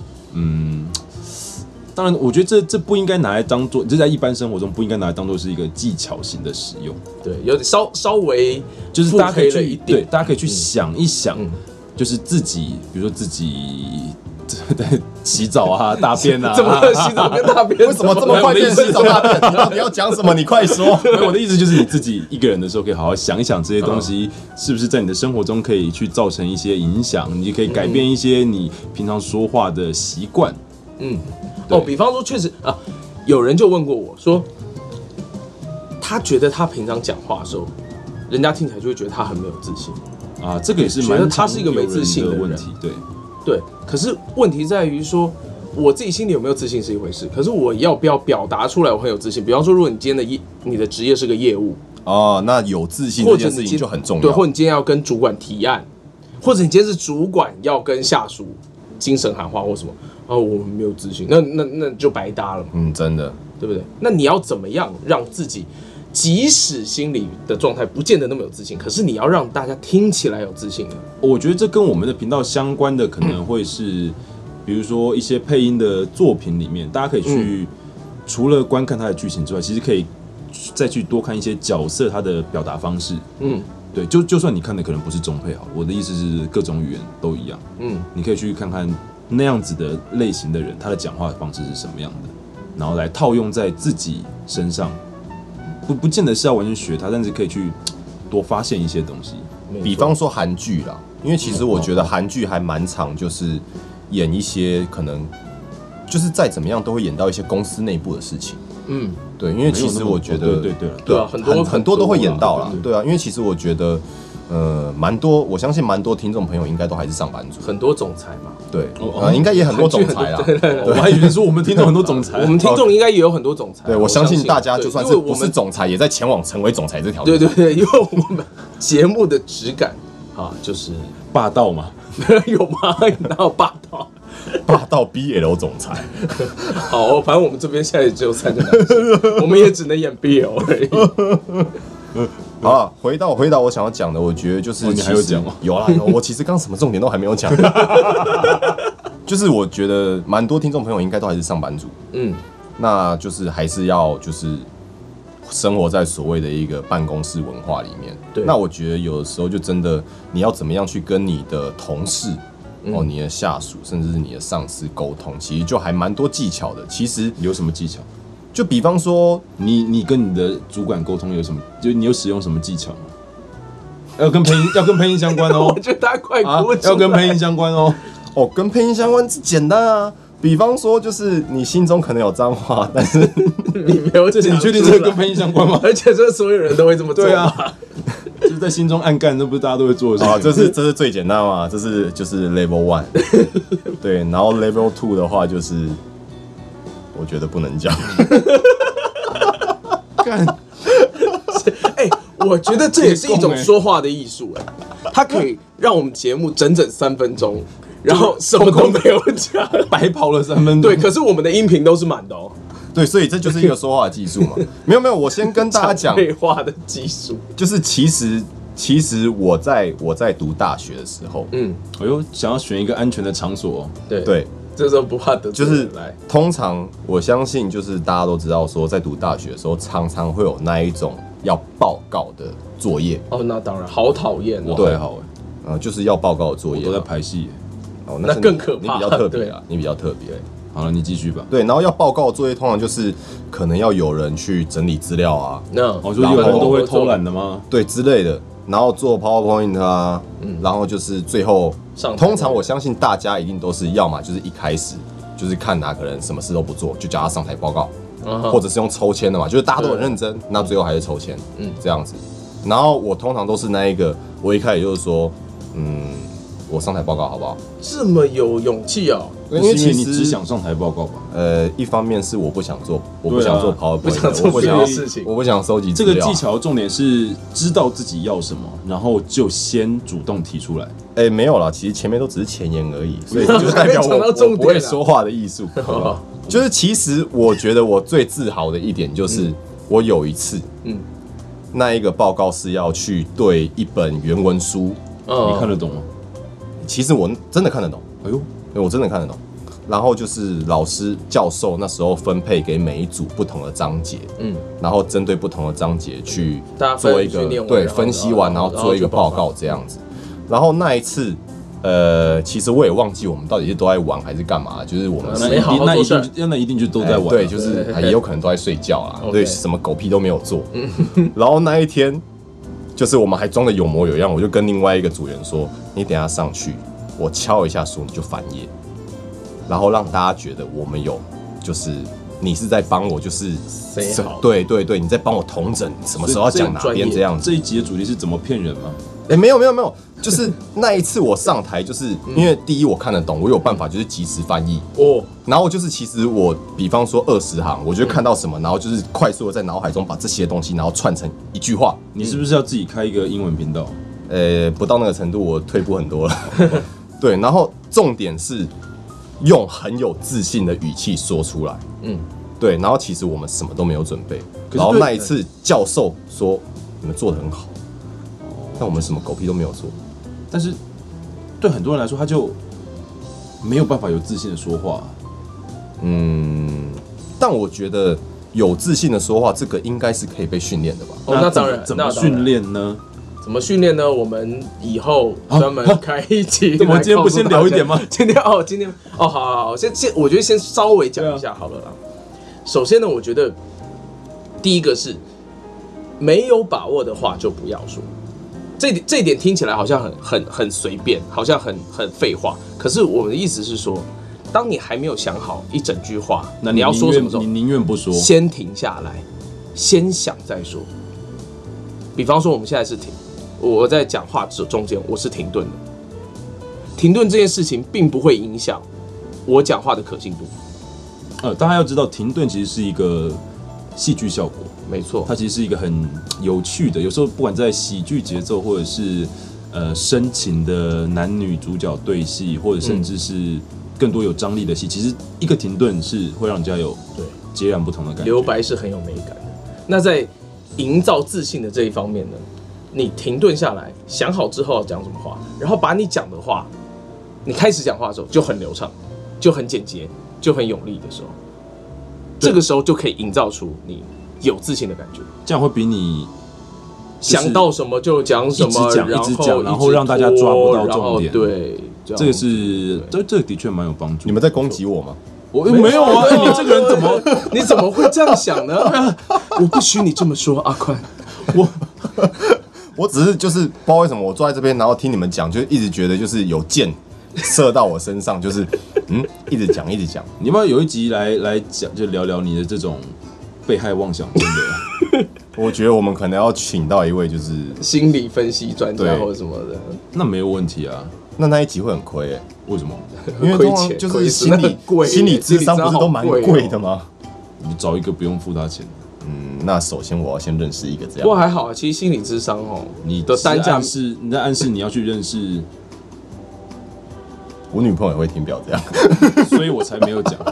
当然，我觉得这不应该拿来当做，这在一般生活中不应该拿来当做是一个技巧型的使用。 对，有点稍微就是大家可以去对， 大家可以去想一想，就是自己，比如说自己在洗澡啊、大便啊， 怎么洗澡跟大便？ 为什么这么快变洗澡大便？你到底要讲什么？你快说！ 我的意思就是你自己一个人的时候，可以好好想一想这些东西是不是在你的生活中可以去造成一些影响，你可以改变一些你平常说话的习惯。 比方说，确实啊，有人就问过我说，他觉得他平常讲话的时候，人家听起来就会觉得他很没有自信啊，这个也是觉得他是一个没自信的问题， 对。可是问题在于说，我自己心里有没有自信是一回事，可是我要不要表达出来我很有自信？比方说，如果你今天你的职业是个业务， 那有自信这件事情就很重要。 对，或者你今天要跟主管提案，或者你今天是主管要跟下属精神喊话或什么，我没有自信，那就白搭了嘛。 真的， 对不对？那你要怎么样让自己，即使心理的状态不见得那么有自信，可是你要让大家听起来有自信呢？ 我觉得这跟我们的频道相关的可能会是，比如说一些配音的作品里面，大家可以去除了观看它的剧情之外，其实可以再去多看一些角色他的表达方式。对，就算你看的可能不是中配好，我的意思是各种语言都一样。你可以去看看那样子的类型的人，他的讲话方式是什么样的，然后来套用在自己身上，不见得是要完全学他，但是可以去多发现一些东西。 比方说韩剧啦，因为其实我觉得韩剧还蛮常就是演一些可能就是再怎么样都会演到一些公司内部的事情。对，因为其实我觉得对啊， 很多都会演到啦。对啊，因为其实我觉得蛮多，我相信蛮多听众朋友应该都还是上班族， 很多总裁嘛。 对，应该也很多总裁啦。 我还以为说我们听众很多总裁， 我们听众应该也有很多总裁。 对，我相信大家就算是不是总裁，也在前往成为总裁这条路。 对，因为我们节目的质感就是霸道嘛。 有吗？哪有霸道？ 霸道 BL 总裁。 好，反正我们这边现在也只有3个男生，我们也只能演 BL 而已。 好了，回到我想要讲的，我觉得就是你还有讲吗？ 有啦，我其实刚什么重点都还没有讲。就是我觉得蛮多听众朋友应该都还是上班族，那就是还是要就是生活在所谓的一个办公室文化里面。 对， 那我觉得有的时候就真的你要怎么样去跟你的同事、你的下属，甚至是你的上司沟通，其实就还蛮多技巧的。其实有什么技巧？ 就比方说， 你跟你的主管沟通有什么？就你有使用什么技巧吗？要跟配音相关哦。 我觉得他快哭要跟配音相关哦。 跟配音相关是简单啊。比方说，就是你心中可能有脏话，但是你没有讲出来。 你确定这个跟配音相关吗？ 而且这所有人都会这么做。 对啊，就是在心中暗干，那不是大家都会做的事情。这是最简单嘛，就是 Level 1。对，然后 Level 2的话就是。我觉得不能讲。 干， 我觉得这也是一种说话的艺术它可以让我们节目整3分钟，然后什么都没有讲， 白跑了3分钟。 对，可是我们的音频都是满的哦。 对，所以这就是一个说话的技术嘛。没有，我先跟大家讲废话的技术， 就是其实我在读大学的时候， 想要选一个安全的场所。 对。 这时候不怕得罪人来。 就是通常我相信，就是大家都知道说，在读大学的时候，常常会有那一种要报告的作业。 那当然，好讨厌哦。 对，就是要报告的作业。 我都在排戏。 那更可怕。 你比较特别啊，你比较特别。 好了，你继续吧。 对，然后要报告的作业，通常就是可能要有人去整理资料啊。 就有人都会偷懒的吗？ 对，之类的。然后做 PowerPoint 啊，然后就是最后，通常我相信大家一定都是要么就是一开始就是看哪个人什么事都不做，就叫他上台报告，或者是用抽签的嘛，就是大家都很认真，那最后还是抽签，这样子。然后我通常都是那一个，我一开始就是说，我上台报告好不好？ 这么有勇气哦！ 因为其实你只想上台报告吧？ 一方面是我不想做 PowerPoint， 不想做这些事情， 我不想收集这个技巧的重点是知道自己要什么，然后就先主动提出来。 没有啦，其实前面都只是前言而已，所以就代表我不会说话的艺术。就是其实我觉得我最自豪的一点就是我有一次，那一个报告是要去对一本原文书， 你看得懂吗？ 其实我真的看得懂， 哎呦， 我真的看得懂。然后就是老师教授那时候分配给每一组不同的章节，然后针对不同的章节去做一个分析完，然后做一个报告这样子。然后那一次，其实我也忘记我们到底是都在玩还是干嘛，就是我们那一定就都在玩， 对，就是也有可能都在睡觉啦，对，什么狗屁都没有做。然后那一天，就是我们还装的有模有样，我就跟另外一个组员说：“你等一下上去，我敲一下书你就翻页。”然后让大家觉得我们有，就是你是在帮我，就是对，你在帮我统整什么时候要讲哪边这样子。 这一集的主题是怎么骗人吗？ 没有，就是那一次我上台，就是因为第一我看得懂，我有办法就是即时翻译哦。然后就是其实我比方说20行，我就看到什么，然后就是快速的在脑海中把这些东西，然后串成一句话。 你是不是要自己开一个英文频道？ 不到那个程度，我退步很多了。对，然后重点是用很有自信的语气说出来，对，然后其实我们什么都没有准备，然后那一次教授说你们做得很好，但我们什么狗屁都没有做， 但是对很多人来说他就没有办法有自信的说话， 但我觉得有自信的说话这个应该是可以被训练的吧？ 那当然， 怎么训练呢？ 怎么训练呢？我们以后专门开一集。 我们今天不先聊一点吗？ 今天好，先，我觉得先稍微讲一下好了啦。首先呢，我觉得第一个是没有把握的话就不要说。这一点听起来好像很随便，好像很废话。可是我们的意思是说，当你还没有想好一整句话， 那你要说什么时候， 你宁愿不说， 先停下来，先想再说。比方说，我们现在是停。我在讲话中间，我是停顿的。停顿这件事情并不会影响我讲话的可信度。 大家要知道，停顿其实是一个戏剧效果， 没错， 它其实是一个很有趣的。有时候不管在喜剧节奏，或者是深情的男女主角对戏，或者甚至是更多有张力的戏，其实一个停顿是会让人家有截然不同的感觉。 留白是很有美感的。那在营造自信的这一方面呢？你停顿下来，想好之后要讲什么话，然后把你讲的话，你开始讲话的时候就很流畅，就很简洁，就很有力的时候，这个时候就可以营造出你有自信的感觉。 这样会比你想到什么就讲什么， 一直讲，然后让大家抓不到重点。 对， 这个是这个的确蛮有帮助。 你们在攻击我吗？ 我没有啊！你这个人你怎么会这样想呢？我不许你这么说，阿宽， 我只是就是不知道为什么我坐在这边，然后听你们讲，就一直觉得就是有箭射到我身上，就是一直讲。 你要不要有一集来讲，就聊聊你的这种被害妄想症的？ 我觉得我们可能要请到一位就是心理分析专家或者什么的， 那没有问题啊。 那一集会很亏为什么？ 因为通常就是心理咨商不是都蛮贵的吗？ 你找一个不用付他钱。 那首先我要先认识一个这样。 不过还好啊，其实心理諮商你的单价是你在暗示你要去认识。 我女朋友也会听表这样， 所以我才没有讲。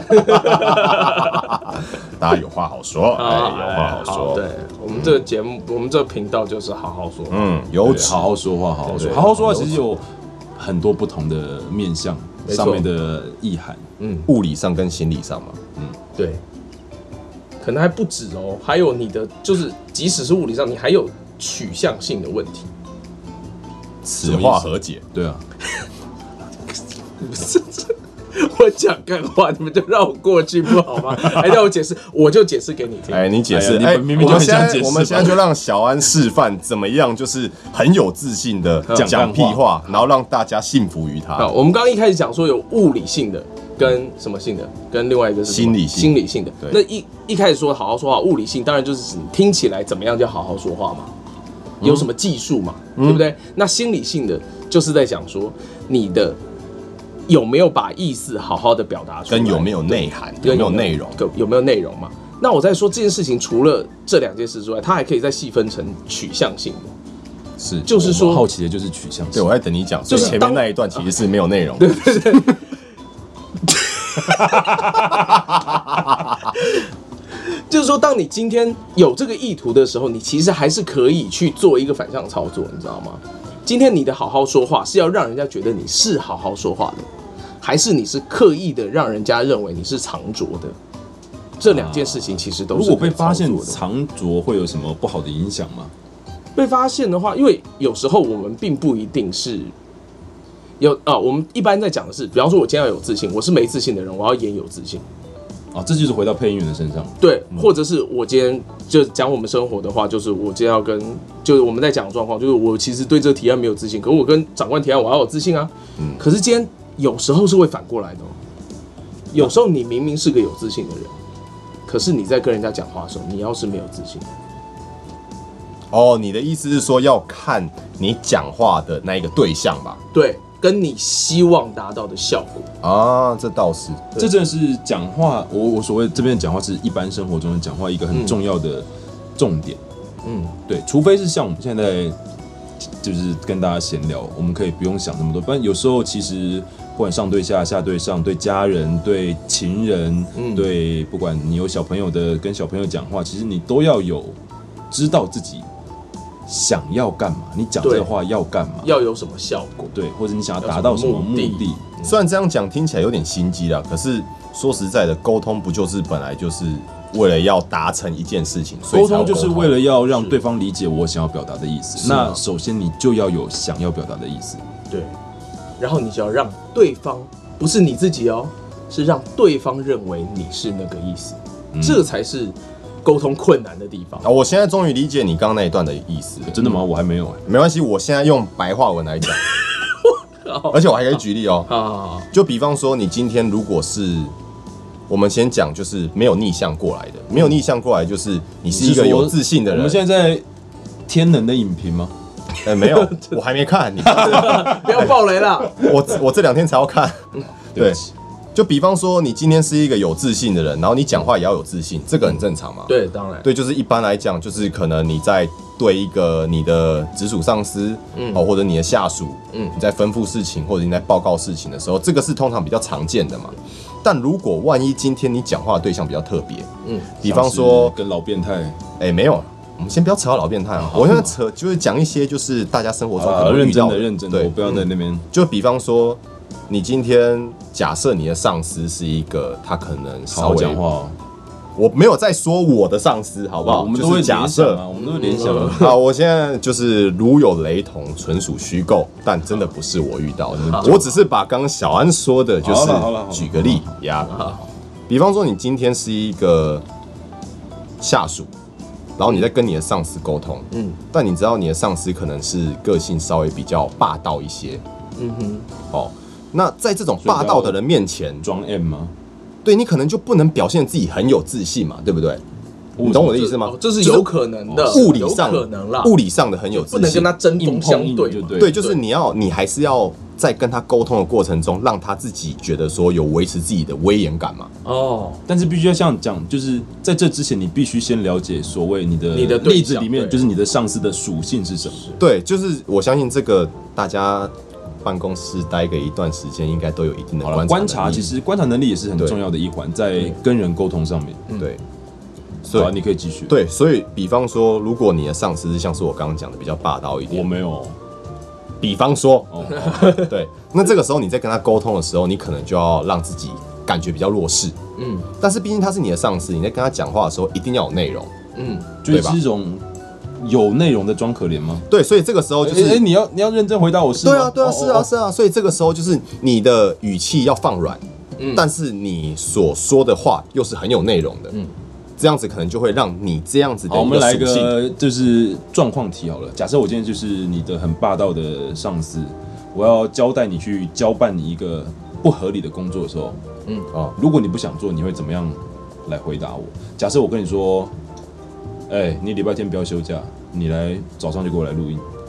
大家有话好说，有话好说。 对，我们这个节目，我们这个频道就是好好说。 有旨， 好好说话，好好说。好好说话其实有很多不同的面向上面的意涵， 物理上跟心理上嘛， 对。可能还不止哦，还有你的就是，即使是物理上，你还有取向性的问题。 此话何解？ 对啊， 不是，我讲干话，你们就让我过去不好吗？还让我解释，我就解释给你听。 你解释， 你明明就很想解释。 我们现在就让小安示范怎么样，就是很有自信的讲屁话，然后让大家信服于他。 我们刚刚一开始讲说有物理性的。跟什么性的？跟另外一个是心理性的。那一开始说好好说话，物理性当然就是指听起来怎么样叫好好说话嘛，有什么技术嘛，对不对？那心理性的就是在讲说你的有没有把意思好好的表达出来， 跟有没有内涵，有没有内容， 有没有内容嘛？那我在说这件事情，除了这2件事之外，它还可以再细分成取向性的。 是， 就是说我好奇的就是取向性。 对，我在等你讲，所以前面那一段其实是没有内容。 对对对。就是说，当你今天有这个意图的时候，你其实还是可以去做一个反向操作，你知道吗？今天你的好好说话是要让人家觉得你是好好说话的，还是你是刻意的让人家认为你是藏拙的？这2件事情其实都是如果被发现的藏拙，会有什么不好的影响吗？ 被发现的话，因为有时候我们并不一定是我们一般在讲的是，比方说我今天要有自信，我是没自信的人，我要演有自信。 这就是回到配音员的身上。 对，或者是我今天就讲我们生活的话，就是我今天要跟，就是我们在讲的状况，就是我其实对这个提案没有自信，可是我跟长官提案，我要有自信啊。可是今天有时候是会反过来的有时候你明明是个有自信的人，可是你在跟人家讲话的时候，你要是没有自信。 你的意思是说要看你讲话的那一个对象吧？ 对，跟你希望达到的效果啊，这倒是， 这真的是讲话。我所谓这边的讲话是一般生活中的讲话一个很重要的重点。对，除非是像我们现在就是跟大家闲聊，我们可以不用想那么多。不然有时候其实不管上对下、下对上、对家人、对情人、对不管你有小朋友的跟小朋友讲话，其实你都要有知道自己想要干嘛，你讲这个话要干嘛， 要有什么效果， 对，或者你想要达到什么目的。 虽然这样讲听起来有点心机啦，可是说实在的，沟通不就是本来就是为了要达成一件事情，所以沟通就是为了要让对方理解我想要表达的意思。那首先你就要有想要表达的意思， 对，然后你就要让对方，不是你自己是让对方认为你是那个意思，这才是沟通困难的地方。 我现在终于理解你刚刚那一段的意思。 真的吗？我还没有。 没关系，我现在用白话文来讲，而且我还可以举例就比方说，你今天如果是我们先讲，就是没有逆向过来的，没有逆向过来就是你是一个有自信的人。 我们现在在天能的影评吗？ 没有，我还没看。你不要爆雷啦！ 我这2天才要看。对。就比方说，你今天是一个有自信的人，然后你讲话也要有自信，这个很正常嘛。 对，当然。 对，就是一般来讲，就是可能你在对一个你的直属上司，或者你的下属，你在吩咐事情或者你在报告事情的时候，这个是通常比较常见的嘛。但如果万一今天你讲话的对象比较特别，比方说跟老变态， 没有，我们先不要扯到老变态我现在扯就是讲一些就是大家生活中可能遇到的， 认真的，我不要在那边。 就比方说。你今天假设你的上司是一个，他可能稍微讲话， 我没有在说我的上司，好不好？ 我们都会假设我们都会联想我现在就是如有雷同，纯属虚构，但真的不是我遇到的。我只是把刚刚小安说的，就是举个例呀。比方说，你今天是一个下属，然后你在跟你的上司沟通，但你知道你的上司可能是个性稍微比较霸道一些，那在这种霸道的人面前装 M 吗？ 对，你可能就不能表现自己很有自信嘛，对不对？你懂我的意思吗？ 这是有可能的， 物理上可能啦， 物理上的很有自信， 不能跟他针锋相对。 对，就是你还是要在跟他沟通的过程中，让他自己觉得说有维持自己的威严感嘛。 但是必须要像讲，就是在这之前，你必须先了解所谓你的例子里面，就是你的上司的属性是什么。 对，就是我相信这个大家。办公室待个一段时间，应该都有一定的观察。 其实观察能力也是很重要的一环，在跟人沟通上面。 对，所以你可以继续。 对，所以比方说，如果你的上司是像是我刚刚讲的比较霸道一点， 我没有。 比方说，对，那这个时候你在跟他沟通的时候，你可能就要让自己感觉比较弱势。但是毕竟他是你的上司，你在跟他讲话的时候一定要有内容。 就是一种。有内容的装可怜吗？ 对，所以这个时候就是， 你要认真回答我是吗？ 对啊，是啊，所以这个时候就是你的语气要放软，但是你所说的话又是很有内容的，这样子可能就会让你这样子的一个属性。 我们来个就是状况题好了，假设我今天就是你的很霸道的上司，我要交代你去交办你一个不合理的工作的时候，如果你不想做，你会怎么样来回答我？假设我跟你说。你礼拜天不要休假，你来早上就给我来录音。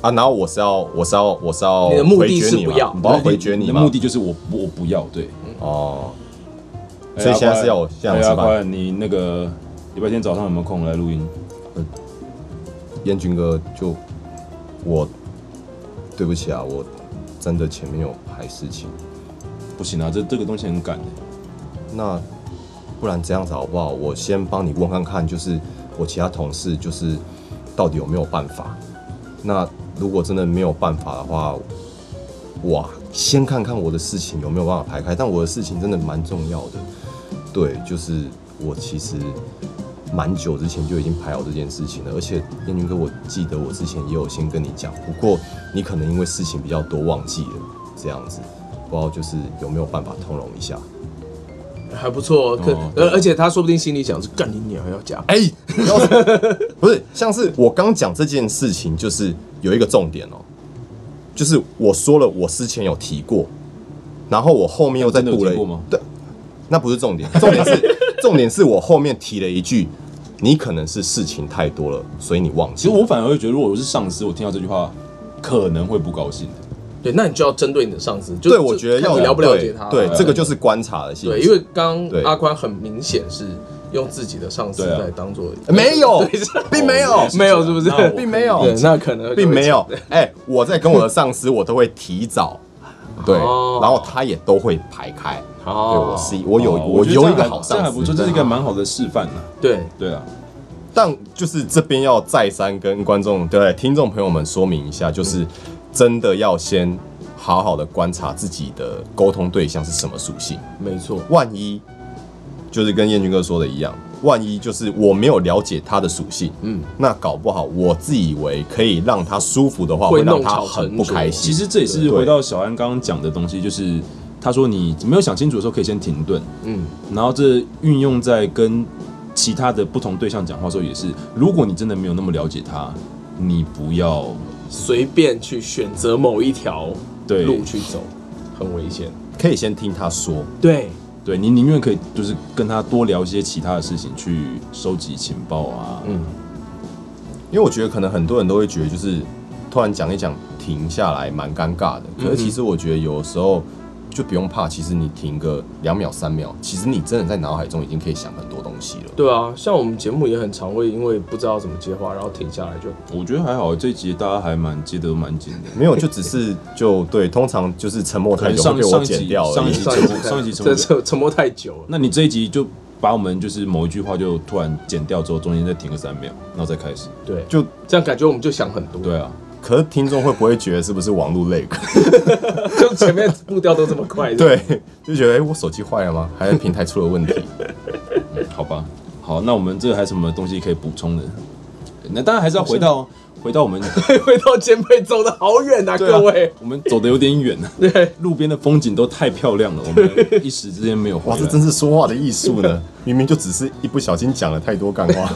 啊，然后我是要你的目的是回绝你不要吗我要回绝你吗？ 的目的就是我不要，对。 哦，所以现在是要我现在吃饭。 阿宽，你那个礼拜天早上有没有空来录音？ 彦君哥，就我对不起啊，我真的前面有排事情。 不行啊，这个东西很赶的。 那不然这样子好不好？我先帮你问看看，就是我其他同事，就是到底有没有办法。那如果真的没有办法的话，我先看看我的事情有没有办法排开。但我的事情真的蛮重要的，对，就是我其实蛮久之前就已经排好这件事情了。而且彦君哥，我记得我之前也有先跟你讲，不过你可能因为事情比较多忘记了，这样子，不知道就是有没有办法通融一下。 还不错，而且他说不定心里想是干你娘要加， 不是，像是我刚讲这件事情，就是有一个重点哦，就是我说了我之前有提过，然后我后面又再补了，对，那不是重点，重点是我后面提了一句，你可能是事情太多了，所以你忘记。 其实我反而会觉得，如果我是上司，我听到这句话可能会不高兴的。 对，那你就要针对你的上司， 对，我觉得要你了不了解他， 对，这个就是观察的性质。 对，因为刚阿宽很明显是用自己的上司来当做， 没有，并没有， 没有，是不是？ 并没有， 对，那可能并没有。我在跟我的上司，我都会提早，对，然后他也都会排开。对，我有一个好上司， 这还不错，这是一个蛮好的示范呐。对啊。 但就是这边要再三跟观众、听众朋友们说明一下，就是真的要先好好的观察自己的沟通对象是什么属性。 没错， 万一就是跟彦君哥说的一样，万一就是我没有了解他的属性，那搞不好我自以为可以让他舒服的话，会让他很不开心。 其实这也是回到小安刚刚讲的东西，就是他说你没有想清楚的时候，可以先停顿，然后这运用在跟其他的不同对象讲话的时候也是，如果你真的没有那么了解他，你不要随便去选择某一条路去走，很危险。 可以先听他说， 对， 你宁愿可以就是跟他多聊一些其他的事情，去收集情报啊。 因为我觉得可能很多人都会觉得，就是突然讲一讲停下来蛮尴尬的。可是其实我觉得有时候就不用怕，其实你停个2秒3秒，其实你真的在脑海中已经可以想很多东西了。 对啊，像我们节目也很常会因为不知道怎么接话，然后停下来就。 我觉得还好，这一集大家还接得蛮紧的。 没有，就只是对，通常就是沉默太久会被我剪掉了。 上一集沉默太久了。 那你这一集就把我们就是某一句话就突然剪掉之后，中间再停个3秒，然后再开始。 对，就这样感觉我们就想很多。 对啊。 可是听众会不会觉得是不是网路累？ 就前面步调都这么快， 对，就觉得我手机坏了吗？还是平台出了问题？ 好吧，好，那我们这个还有什么东西可以补充的？那当然还是要回到我们回到肩背走的好远啊，各位， 我们走的有点远啊。 对， 路边的风景都太漂亮了，我们一时之间没有回来。 哇，这真是说话的艺术呢！明明就只是一不小心讲了太多干话。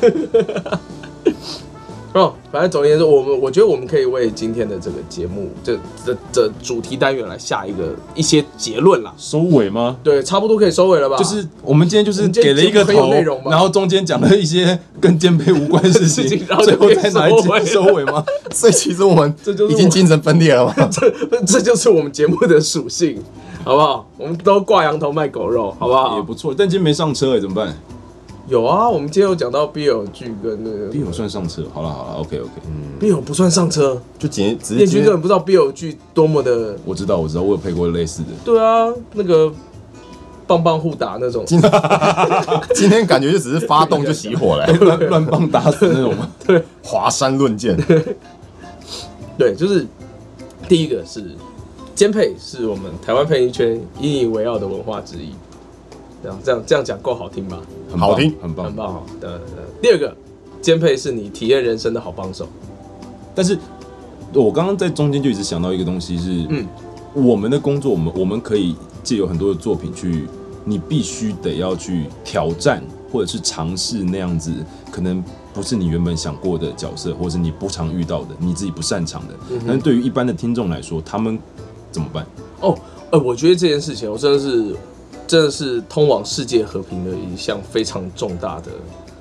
反正总而言之，我觉得我们可以为今天的这个节目这主题单元来下一些结论啦。 收尾吗？ 对，差不多可以收尾了吧？ 就是我们今天就是给了一个头，然后中间讲了一些跟肩背无关的事情，最后再拿一集收尾吗？ 所以其实我们已经精神分裂了吗？ 这就是我们节目的属性，好不好？我们都挂羊头卖狗肉，好不好？ 也不错，但今天没上车怎么办？ 有啊，我们今天有讲到 BL 剧跟那个 BL 算上车，好了，OK， BL 不算上车， 就只是彦君根本不知道 BL 剧多么的， 我知道，我有配过类似的。 对啊，那个棒棒互打那种， 今天感觉就只是发动就熄火了， 乱棒打死那种吗？ 对， 华山论剑， 对，就是第一个是肩配是我们台湾配音圈引以为傲的文化之一。这样讲够好听吧？ 好听， 很棒， 很棒。第二个，肩配是你体验人生的好帮手。 但是我刚刚在中间就一直想到一个东西是，我们的工作，我们可以借由很多的作品去，你必须得要去挑战或者是尝试那样子，可能不是你原本想过的角色，或是你不常遇到的，你自己不擅长的。但是对于一般的听众来说，他们怎么办？ 我觉得这件事情，我真的是通往世界和平的一项非常重大的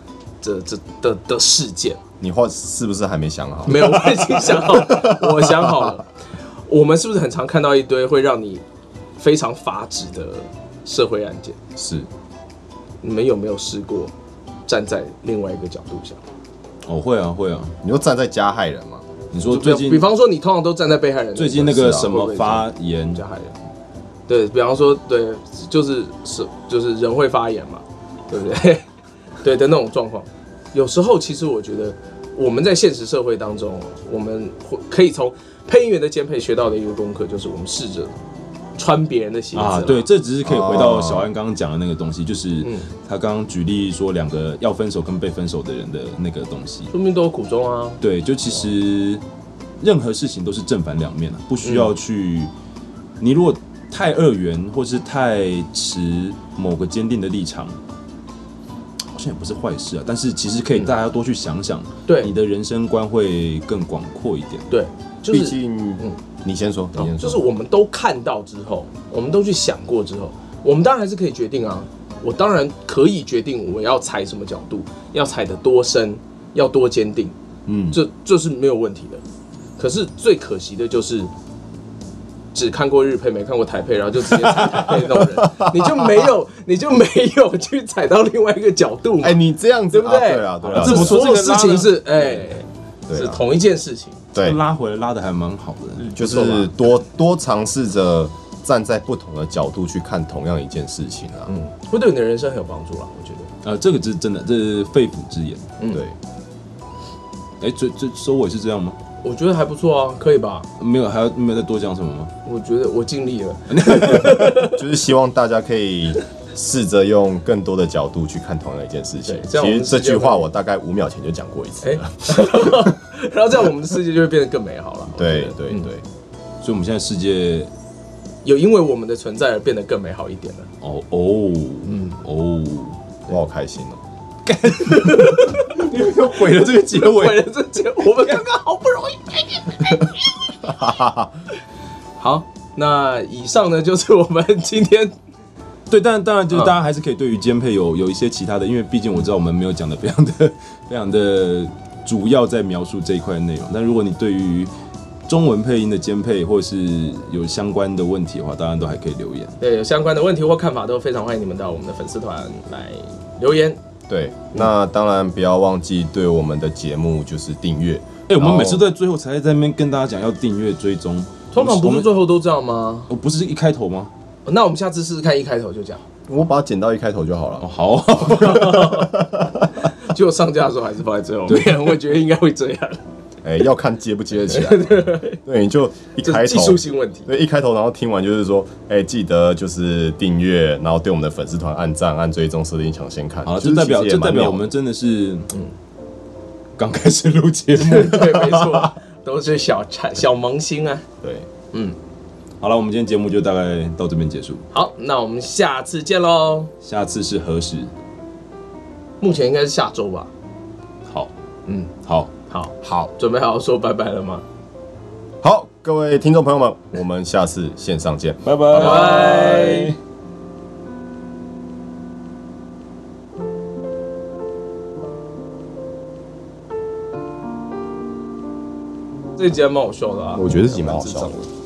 的事件。 你话是不是还没想好？ 没有，我已经想好了，我想好了。我们是不是很常看到一堆会让你非常发指的社会案件？ 是， 你们有没有试过站在另外一个角度想？ 哦，会啊，会啊。 你就站在加害人嘛？ 你说最近， 比方说你通常都站在被害人， 最近那个什么发言加害人，对比方说，对，就是人会发言嘛，对不对？对的那种状况，有时候其实我觉得我们在现实社会当中，我们可以从配音员的兼配学到的一个功课，就是我们试着穿别人的鞋子啊。 对，这只是可以回到小安刚刚讲的那个东西，就是他刚刚举例说两个要分手跟被分手的人的那个东西， 说明都有苦衷啊。 对，就其实任何事情都是正反两面啊，不需要去你如果太二元或是太持某个坚定的立场，好像也不是坏事啊。但是其实可以大家多去想想， 对你的人生观会更广阔一点。 对，就是毕竟，你先说，你先说。 就是我们都看到之后，我们都去想过之后，我们当然还是可以决定啊。我当然可以决定我要踩什么角度，要踩得多深，要多坚定，这是没有问题的。可是最可惜的就是，只看过日配没看过台配，然后就直接踩台配的那种人，你就没有去踩到另外一个角度嘛。 你这样子对不对？ 对啊，对啊。 这所有事情是是同一件事情。 对， 拉回来拉得还蛮好的， 就是多尝试着站在不同的角度去看同样一件事情啊。 会对你的人生很有帮助啦，我觉得。 这个是真的，这是肺腑之言。 对。 这收尾是这样吗？ 我觉得还不错啊，可以吧？ 没有，没有再多讲什么吗？ 我觉得我尽力了。 就是希望大家可以试着用更多的角度去看同样一件事情。其实这句话我大概5秒前就讲过一次了。 然后这样我们的世界就会变得更美好了。 对。 所以我们现在世界有因为我们的存在而变得更美好一点了。 我好开心哦。 又毁了这个结尾， 我们刚刚好不容易。好，那以上呢就是我们今天对，当然就是大家还是可以对于兼配有一些其他的，因为毕竟我知道我们没有讲的非常的主要在描述这一块的内容。但如果你对于中文配音的兼配或是有相关的问题的话，当然都还可以留言。 对，有相关的问题或看法都非常欢迎你们到我们的粉丝团来留言。 对，那当然不要忘记对我们的节目就是订阅。 我们每次都在最后才在那边跟大家讲要订阅追踪， 通常不是最后都这样吗？ 我不是一开头吗？ 那我们下次试试看，一开头就讲。 我把它剪到一开头就好了。 好。 结果上架的时候还是放在最后面，我觉得应该会这样。 要看接不接得起来。对，你就一开头技术性问题。 对，一开头然后听完就是说，记得就是订阅，然后对我们的粉丝团按赞、按追踪、设定抢先看。 好，这代表我们真的是刚开始录节目。 对，没错，都是小萌新啊。 对， 好了，我们今天节目就大概到这边结束。 好，那我们下次见喽。 下次是何时？ 目前应该是下周吧。 好， 好，准备好说拜拜了吗？ 好，各位听众朋友们，我们下次线上见， 拜拜。 这集还蛮好笑的啊， 我觉得这集蛮好笑的。